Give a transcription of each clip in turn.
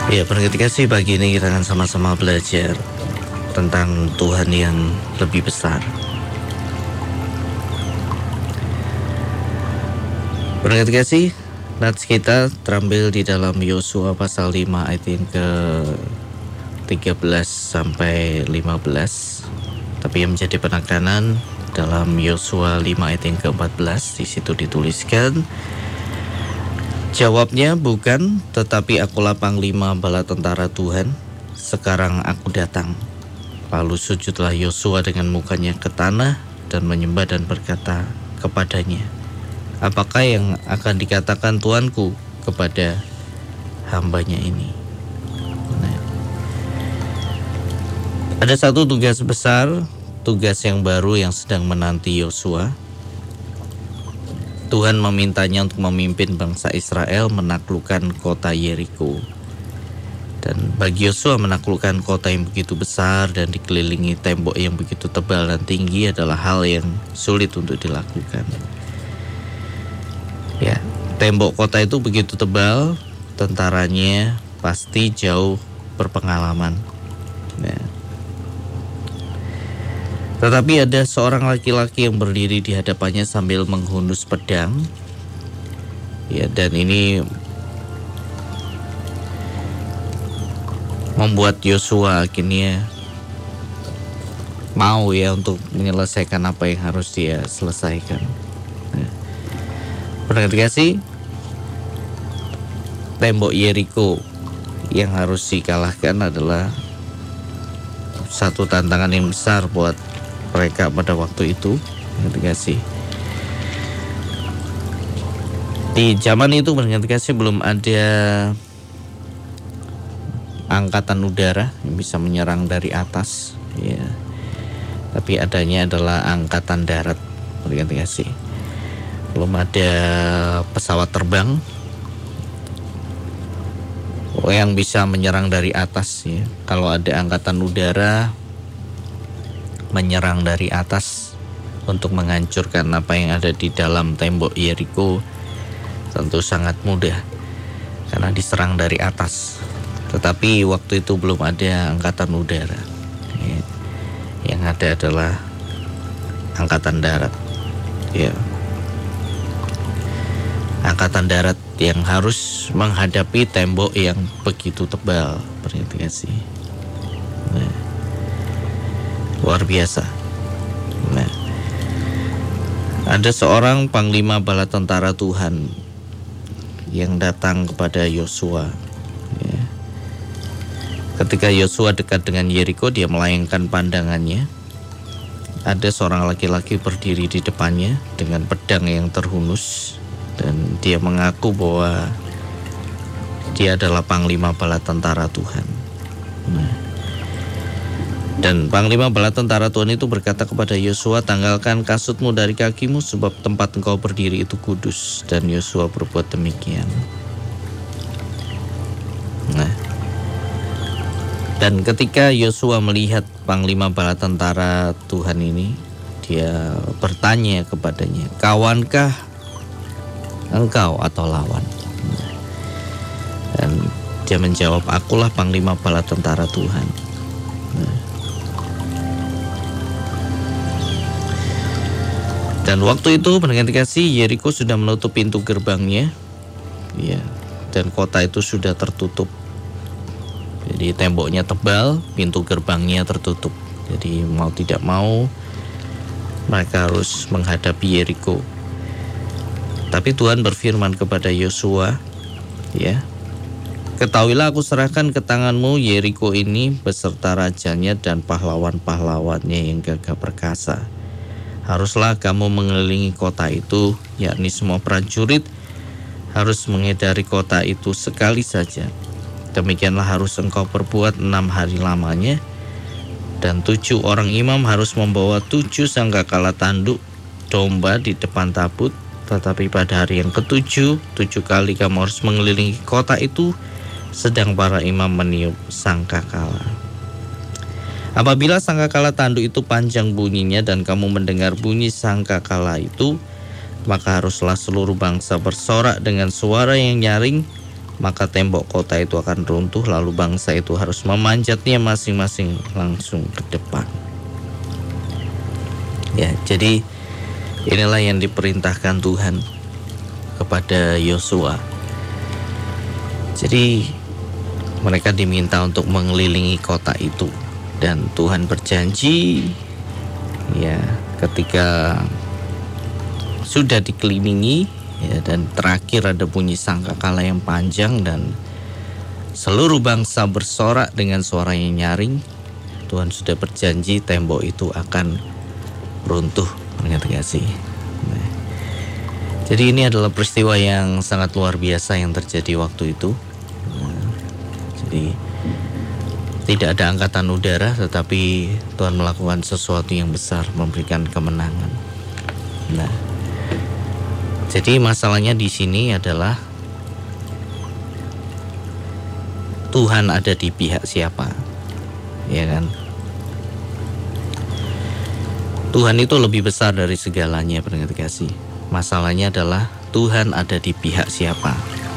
Ya, ketika sih pagi ini kita akan sama-sama belajar tentang Tuhan yang lebih besar. Ketika sih nats kita terambil di dalam Yosua pasal 5 ayat yang ke-13 sampai 15. Tapi yang menjadi penekanan dalam Yosua 5 ayat yang ke-14, di situ dituliskan, jawabnya, bukan, tetapi akulah panglima bala tentara Tuhan. Sekarang aku datang. Lalu sujudlah Yosua dengan mukanya ke tanah dan menyembah dan berkata kepadanya, apakah yang akan dikatakan Tuanku kepada hambanya ini? Nah, ada satu tugas besar, tugas yang baru yang sedang menanti Yosua. Tuhan memintanya untuk memimpin bangsa Israel menaklukkan kota Yeriko. Dan bagi Yosua menaklukkan kota yang begitu besar dan dikelilingi tembok yang begitu tebal dan tinggi adalah hal yang sulit untuk dilakukan. Ya, tembok kota itu begitu tebal, tentaranya pasti jauh berpengalaman. Nah, tetapi ada seorang laki-laki yang berdiri di hadapannya sambil menghunus pedang. Ya, dan ini membuat Yosua akhirnya mau ya untuk menyelesaikan apa yang harus dia selesaikan. Perhatikan sih, tembok Yeriko yang harus dikalahkan adalah satu tantangan yang besar buat mereka pada waktu itu. Perhatikan sih, di zaman itu perhatikan sih belum ada angkatan udara yang bisa menyerang dari atas, ya. Tapi adanya adalah angkatan darat. Perhatikan sih, belum ada pesawat terbang yang bisa menyerang dari atas, ya. Kalau ada angkatan udara menyerang dari atas untuk menghancurkan apa yang ada di dalam tembok Yeriko, tentu sangat mudah karena diserang dari atas. Tetapi waktu itu belum ada angkatan udara, ya. Yang ada adalah angkatan darat, ya. Angkatan darat yang harus menghadapi tembok yang begitu tebal. Perhatikan sih, nah, luar biasa. Nah, ada seorang panglima bala tentara Tuhan yang datang kepada Yosua, ya. Ketika Yosua dekat dengan Yeriko, dia melayangkan pandangannya. Ada seorang laki-laki berdiri di depannya dengan pedang yang terhunus, dan dia mengaku bahwa dia adalah panglima bala tentara Tuhan. Nah, dan panglima bala tentara Tuhan itu berkata kepada Yosua, tanggalkan kasutmu dari kakimu sebab tempat engkau berdiri itu kudus. Dan Yosua berbuat demikian. Nah, dan ketika Yosua melihat panglima bala tentara Tuhan ini, dia bertanya kepadanya, kawankah engkau atau lawan? Dan dia menjawab, akulah panglima bala tentara Tuhan. Nah, dan waktu itu pendengar kasih, Yeriko sudah menutup pintu gerbangnya, ya, dan kota itu sudah tertutup. Jadi temboknya tebal, pintu gerbangnya tertutup. Jadi mau tidak mau mereka harus menghadapi Yeriko. Tapi Tuhan berfirman kepada Yosua, ya, ketahuilah aku serahkan ke tanganmu Yeriko ini beserta rajanya dan pahlawan-pahlawannya yang gagah perkasa. Haruslah kamu mengelilingi kota itu, yakni semua prajurit harus mengedari kota itu sekali saja. Demikianlah harus engkau perbuat 6 hari lamanya. Dan 7 orang imam harus membawa 7 sangkakala tanduk domba di depan tabut. Tetapi pada hari yang ke-7, 7 kali kamu harus mengelilingi kota itu, sedang para imam meniup sangkakala. Apabila sangkakala tanduk itu panjang bunyinya dan kamu mendengar bunyi sangkakala itu, maka haruslah seluruh bangsa bersorak dengan suara yang nyaring maka tembok kota itu akan runtuh, lalu bangsa itu harus memanjatnya masing-masing langsung ke depan. Ya, jadi inilah yang diperintahkan Tuhan kepada Yosua. Jadi mereka diminta untuk mengelilingi kota itu, dan Tuhan berjanji, ya, ketika sudah dikelilingi, ya, dan terakhir ada bunyi sangkakala yang panjang dan seluruh bangsa bersorak dengan suara yang nyaring, Tuhan sudah berjanji tembok itu akan runtuh. Nah, jadi ini adalah peristiwa yang sangat luar biasa yang terjadi waktu itu. Nah, jadi tidak ada angkatan udara, tetapi Tuhan melakukan sesuatu yang besar, memberikan kemenangan. Nah, jadi masalahnya di sini adalah Tuhan ada di pihak siapa, ya kan? Tuhan itu lebih besar dari segalanya, pendengar kasih. Masalahnya adalah Tuhan ada di pihak siapa.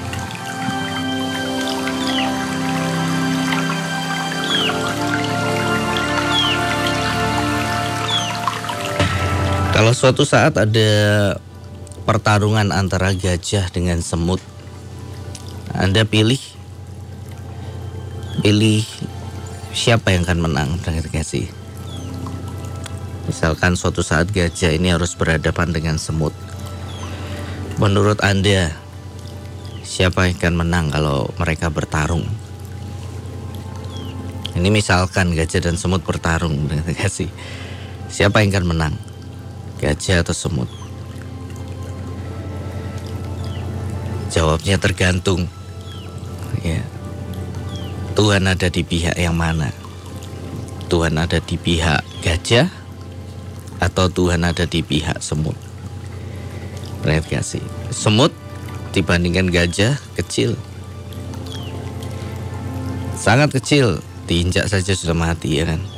Kalau suatu saat ada pertarungan antara gajah dengan semut, Anda pilih siapa yang akan menang, pendengar kasih. Misalkan suatu saat gajah ini harus berhadapan dengan semut. Menurut Anda, siapa yang akan menang kalau mereka bertarung? Ini misalkan gajah dan semut bertarung, kasih. Siapa yang akan menang? Gajah atau semut? Jawabnya tergantung. Ya. Tuhan ada di pihak yang mana? Tuhan ada di pihak gajah atau Tuhan ada di pihak semut? Perhatikan kasih. Semut dibandingkan gajah kecil, sangat kecil, diinjak saja sudah mati, ya kan?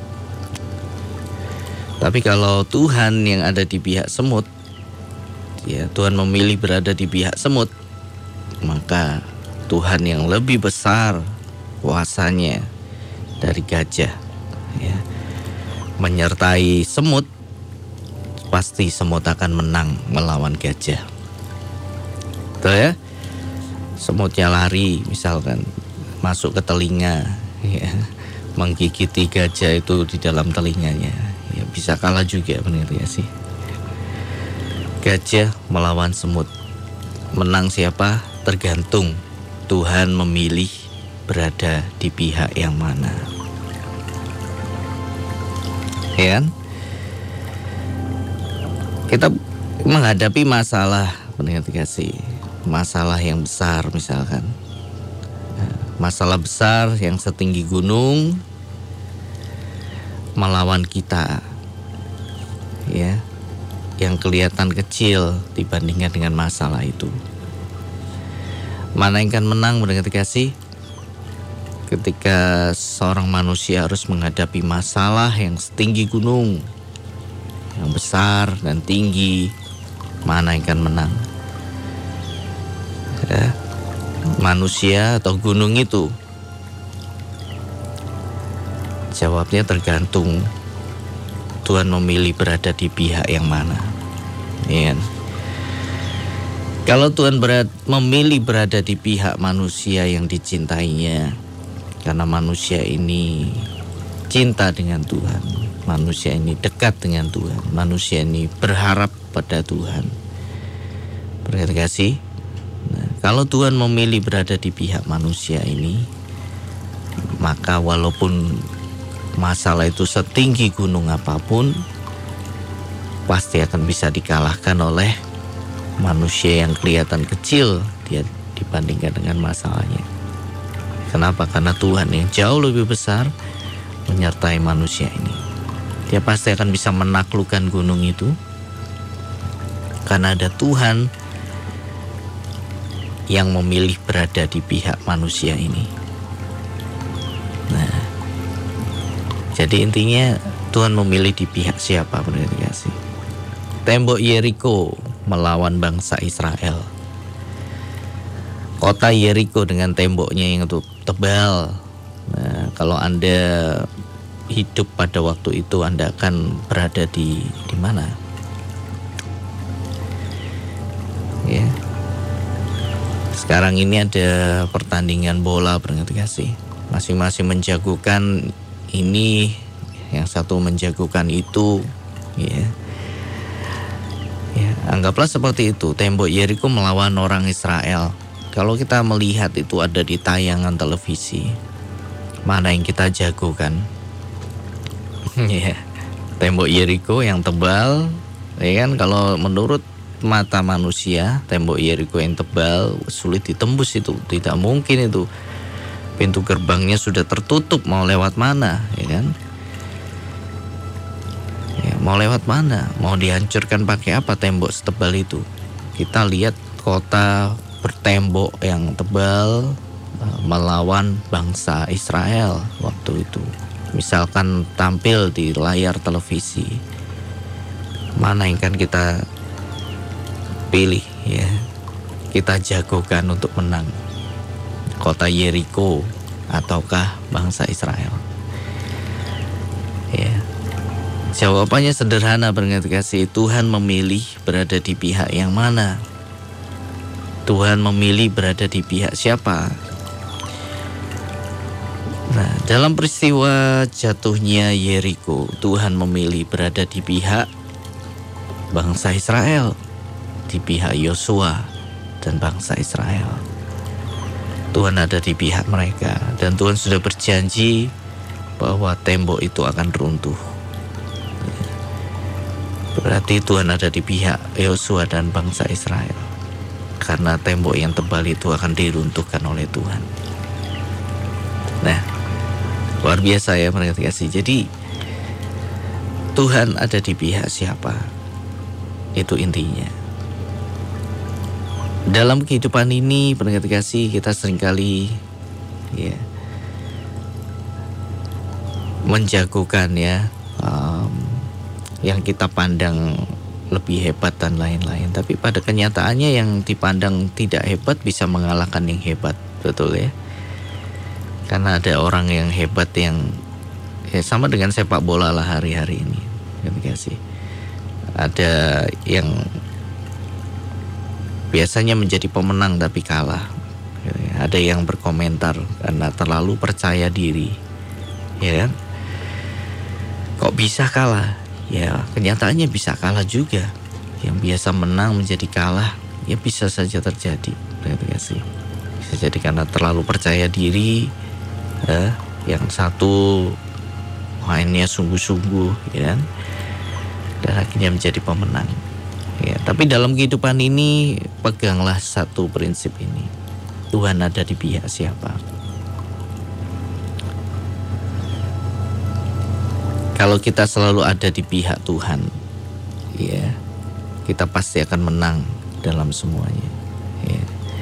Tapi kalau Tuhan yang ada di pihak semut, ya, Tuhan memilih berada di pihak semut, maka Tuhan yang lebih besar kuasanya dari gajah, ya, menyertai semut, pasti semut akan menang melawan gajah. Betul ya? Semutnya lari, misalkan masuk ke telinga, ya, menggigiti gajah itu di dalam telinganya, ya, bisa kalah juga, benar ya sih. Gajah melawan semut, menang siapa? Tergantung Tuhan memilih berada di pihak yang mana, ya kan? Kita menghadapi masalah, pendengar kasih, masalah yang besar, misalkan masalah besar yang setinggi gunung melawan kita, ya, yang kelihatan kecil dibandingkan dengan masalah itu. Mana yang akan menang, pendengar kasih? Ketika seorang manusia harus menghadapi masalah yang setinggi gunung, yang besar dan tinggi, mana yang akan menang? Ya, manusia atau gunung itu? Jawabnya tergantung Tuhan memilih berada di pihak yang mana, ya. Kalau Tuhan memilih berada di pihak manusia yang dicintainya, karena manusia ini cinta dengan Tuhan, manusia ini dekat dengan Tuhan, manusia ini berharap pada Tuhan. Berkat kasih. Nah, kalau Tuhan memilih berada di pihak manusia ini, maka walaupun masalah itu setinggi gunung apapun, pasti akan bisa dikalahkan oleh manusia yang kelihatan kecil dia dibandingkan dengan masalahnya. Kenapa? Karena Tuhan yang jauh lebih besar menyertai manusia ini. Dia pasti akan bisa menaklukkan gunung itu, karena ada Tuhan yang memilih berada di pihak manusia ini. Nah, jadi intinya Tuhan memilih di pihak siapa, benar kasih. Tembok Yeriko melawan bangsa Israel. kota Yeriko dengan temboknya yang tebal. Nah, kalau Anda hidup pada waktu itu, Anda akan berada di mana? Ya. Sekarang ini ada pertandingan bola pendengar kasih. Masing-masing menjagokan ini, yang satu menjagokan itu, ya. Ya, anggaplah seperti itu. Tembok Yeriko melawan orang Israel. Kalau kita melihat itu ada di tayangan televisi, mana yang kita jagokan? Ya, tembok Yeriko yang tebal, ya kan? Kalau menurut mata manusia, tembok Yeriko yang tebal sulit ditembus, itu tidak mungkin. Itu pintu gerbangnya sudah tertutup, mau lewat mana, ya kan? Ya, mau lewat mana? Mau dihancurkan pakai apa tembok setebal itu? Kita lihat kota bertembok yang tebal melawan bangsa Israel waktu itu. Misalkan tampil di layar televisi, mana yang kan kita pilih, ya? Kita jagokan untuk menang, kota Yeriko ataukah bangsa Israel? Ya, jawabannya sederhana pendengar kasih. Tuhan memilih berada di pihak yang mana? Tuhan memilih berada di pihak siapa? Nah, dalam peristiwa jatuhnya Yeriko, Tuhan memilih berada di pihak bangsa Israel, di pihak Yosua dan bangsa Israel. Tuhan ada di pihak mereka, dan Tuhan sudah berjanji bahwa tembok itu akan runtuh. Berarti Tuhan ada di pihak Yosua dan bangsa Israel, karena tembok yang tebal itu akan diruntuhkan oleh Tuhan. Nah, luar biasa ya pendengar kasih. Jadi Tuhan ada di pihak siapa? Itu intinya. Dalam kehidupan ini pendengar kasih, kita seringkali ya menjagokan ya yang kita pandang lebih hebat dan lain-lain. Tapi pada kenyataannya yang dipandang tidak hebat bisa mengalahkan yang hebat, betul ya? Karena ada orang yang hebat yang sama dengan sepak bola lah hari-hari ini. Kasih. Ada yang biasanya menjadi pemenang tapi kalah. Ada yang berkomentar karena terlalu percaya diri. Ya kan? Kok bisa kalah? Ya, kenyataannya bisa kalah juga. Yang biasa menang menjadi kalah, ya bisa saja terjadi. Kasih. Bisa jadi karena terlalu percaya diri. Yang satu mainnya sungguh-sungguh, ya kan? Dan akhirnya menjadi pemenang. Ya, tapi dalam kehidupan ini peganglah satu prinsip ini. Tuhan ada di pihak siapa? Kalau kita selalu ada di pihak Tuhan, ya, kita pasti akan menang dalam semuanya. Ya.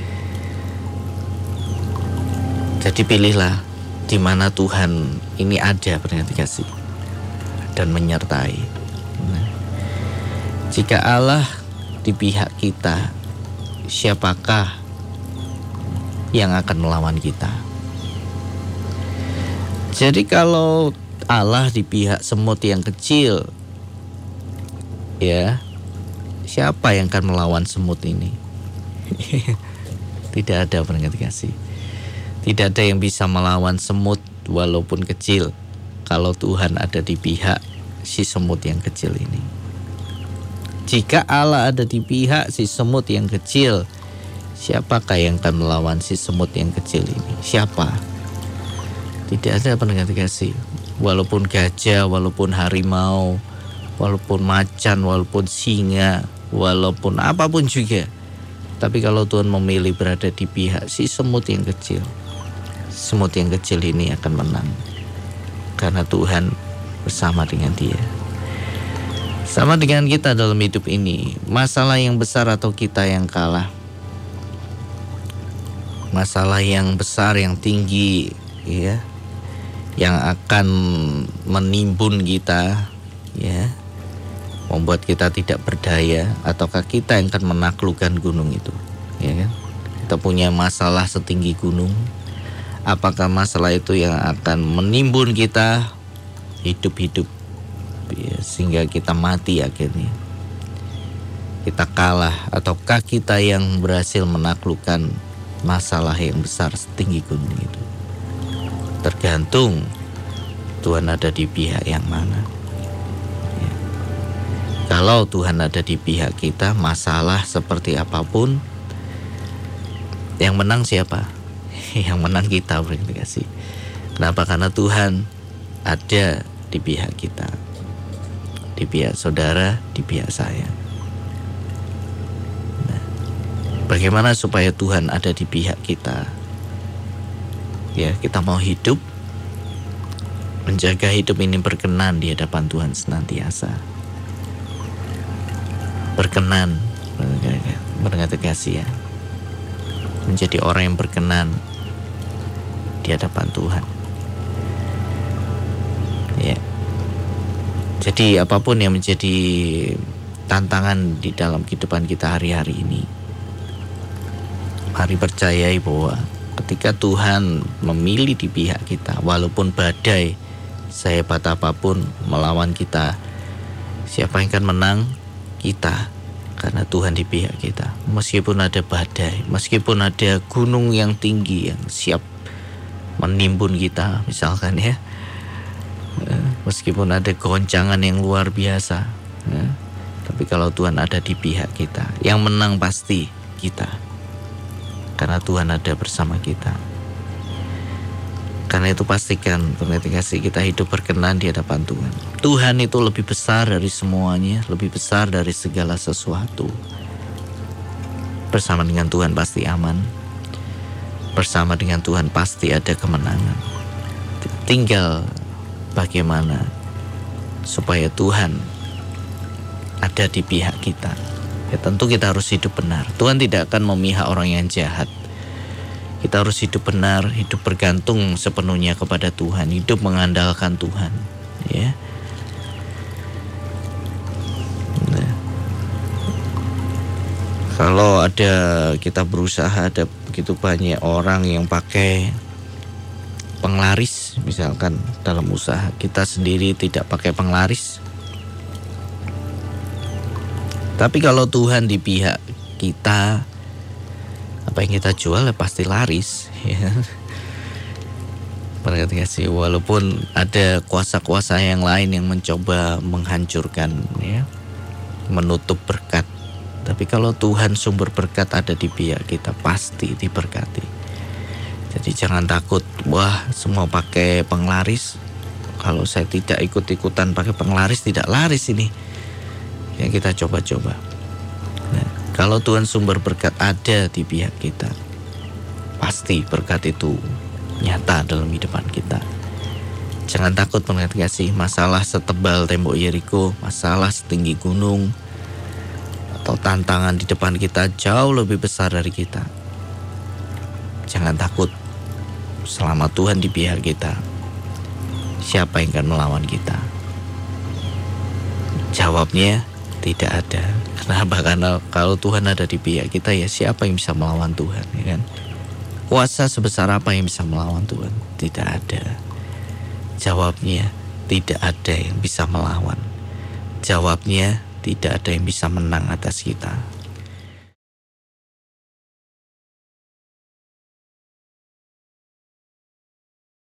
Jadi pilihlah di mana Tuhan ini ada pendengar kasih dan menyertai. Nah, jika Allah di pihak kita, siapakah yang akan melawan kita? Jadi kalau Allah di pihak semut yang kecil, ya, siapa yang akan melawan semut ini? Tidak ada pendengar kasih. Tidak ada yang bisa melawan semut walaupun kecil, kalau Tuhan ada di pihak si semut yang kecil ini. Jika Allah ada di pihak si semut yang kecil, siapakah yang akan melawan si semut yang kecil ini? Siapa? Tidak ada pendengar kasih. Walaupun gajah, walaupun harimau, walaupun macan, walaupun singa, walaupun apapun juga. Tapi kalau Tuhan memilih berada di pihak si semut yang kecil, semut yang kecil ini akan menang. Karena Tuhan bersama dengan dia. Sama dengan kita dalam hidup ini. Masalah yang besar atau kita yang kalah. Masalah yang besar, yang tinggi, ya, yang akan menimbun kita, ya, membuat kita tidak berdaya, ataukah kita yang akan menaklukkan gunung itu, ya kan? kita punya masalah setinggi gunung, apakah masalah itu yang akan menimbun kita hidup-hidup ya, sehingga kita mati akhirnya, kita kalah, ataukah kita yang berhasil menaklukkan masalah yang besar setinggi gunung itu? Tergantung Tuhan ada di pihak yang mana. Ya. Kalau Tuhan ada di pihak kita, masalah seperti apapun, yang menang siapa? Yang menang kita, berimplikasi. Kenapa? Karena Tuhan ada di pihak kita, di pihak saudara, di pihak saya. Nah, bagaimana supaya Tuhan ada di pihak kita? Ya, kita mau hidup, menjaga hidup ini berkenan di hadapan Tuhan senantiasa. Berkenan, berkata kasih ya. Menjadi orang yang berkenan di hadapan Tuhan. Ya. Jadi apapun yang menjadi tantangan di dalam kehidupan kita hari-hari ini, mari percayai bahwa ketika Tuhan memilih di pihak kita, walaupun badai sehebat apapun melawan kita, siapa yang akan menang? Kita. Karena Tuhan di pihak kita. Meskipun ada badai, meskipun ada gunung yang tinggi yang siap menimbun kita misalkan ya, meskipun ada goncangan yang luar biasa ya, tapi kalau Tuhan ada di pihak kita, yang menang pasti kita. Karena Tuhan ada bersama kita. Karena itu pastikan ketika kita hidup berkenan di hadapan Tuhan. Tuhan itu lebih besar dari semuanya, lebih besar dari segala sesuatu. Bersama dengan Tuhan pasti aman. Bersama dengan Tuhan pasti ada kemenangan. Tinggal bagaimana supaya Tuhan ada di pihak kita. Ya, tentu kita harus hidup benar. Tuhan tidak akan memihak orang yang jahat. Kita harus hidup benar, hidup bergantung sepenuhnya kepada Tuhan, hidup mengandalkan Tuhan, ya. Nah, kalau ada kita berusaha, ada begitu banyak orang yang pakai penglaris, misalkan dalam usaha, kita sendiri tidak pakai penglaris. Tapi kalau Tuhan di pihak kita, apa yang kita jual ya pasti laris ya. Perhatikan, walaupun ada kuasa-kuasa yang lain yang mencoba menghancurkan ya, menutup berkat, tapi kalau Tuhan sumber berkat ada di pihak kita, pasti diberkati. Jadi jangan takut, wah semua pakai penglaris, kalau saya tidak ikut-ikutan pakai penglaris tidak laris ini. Ya, kita coba-coba. Nah, kalau Tuhan sumber berkat ada di pihak kita, pasti berkat itu nyata dalam hidupan kita. Jangan takut menghadapi masalah setebal tembok Yeriko, masalah setinggi gunung, atau tantangan di depan kita jauh lebih besar dari kita. Jangan takut, selama Tuhan di pihak kita, siapa yang akan melawan kita? Jawabnya tidak ada. Kenapa? Karena kalau Tuhan ada di pihak kita, ya siapa yang bisa melawan Tuhan, ya kan? Kuasa sebesar apa yang bisa melawan Tuhan? Tidak ada. Jawabnya tidak ada yang bisa melawan. Jawabnya tidak ada yang bisa menang atas kita.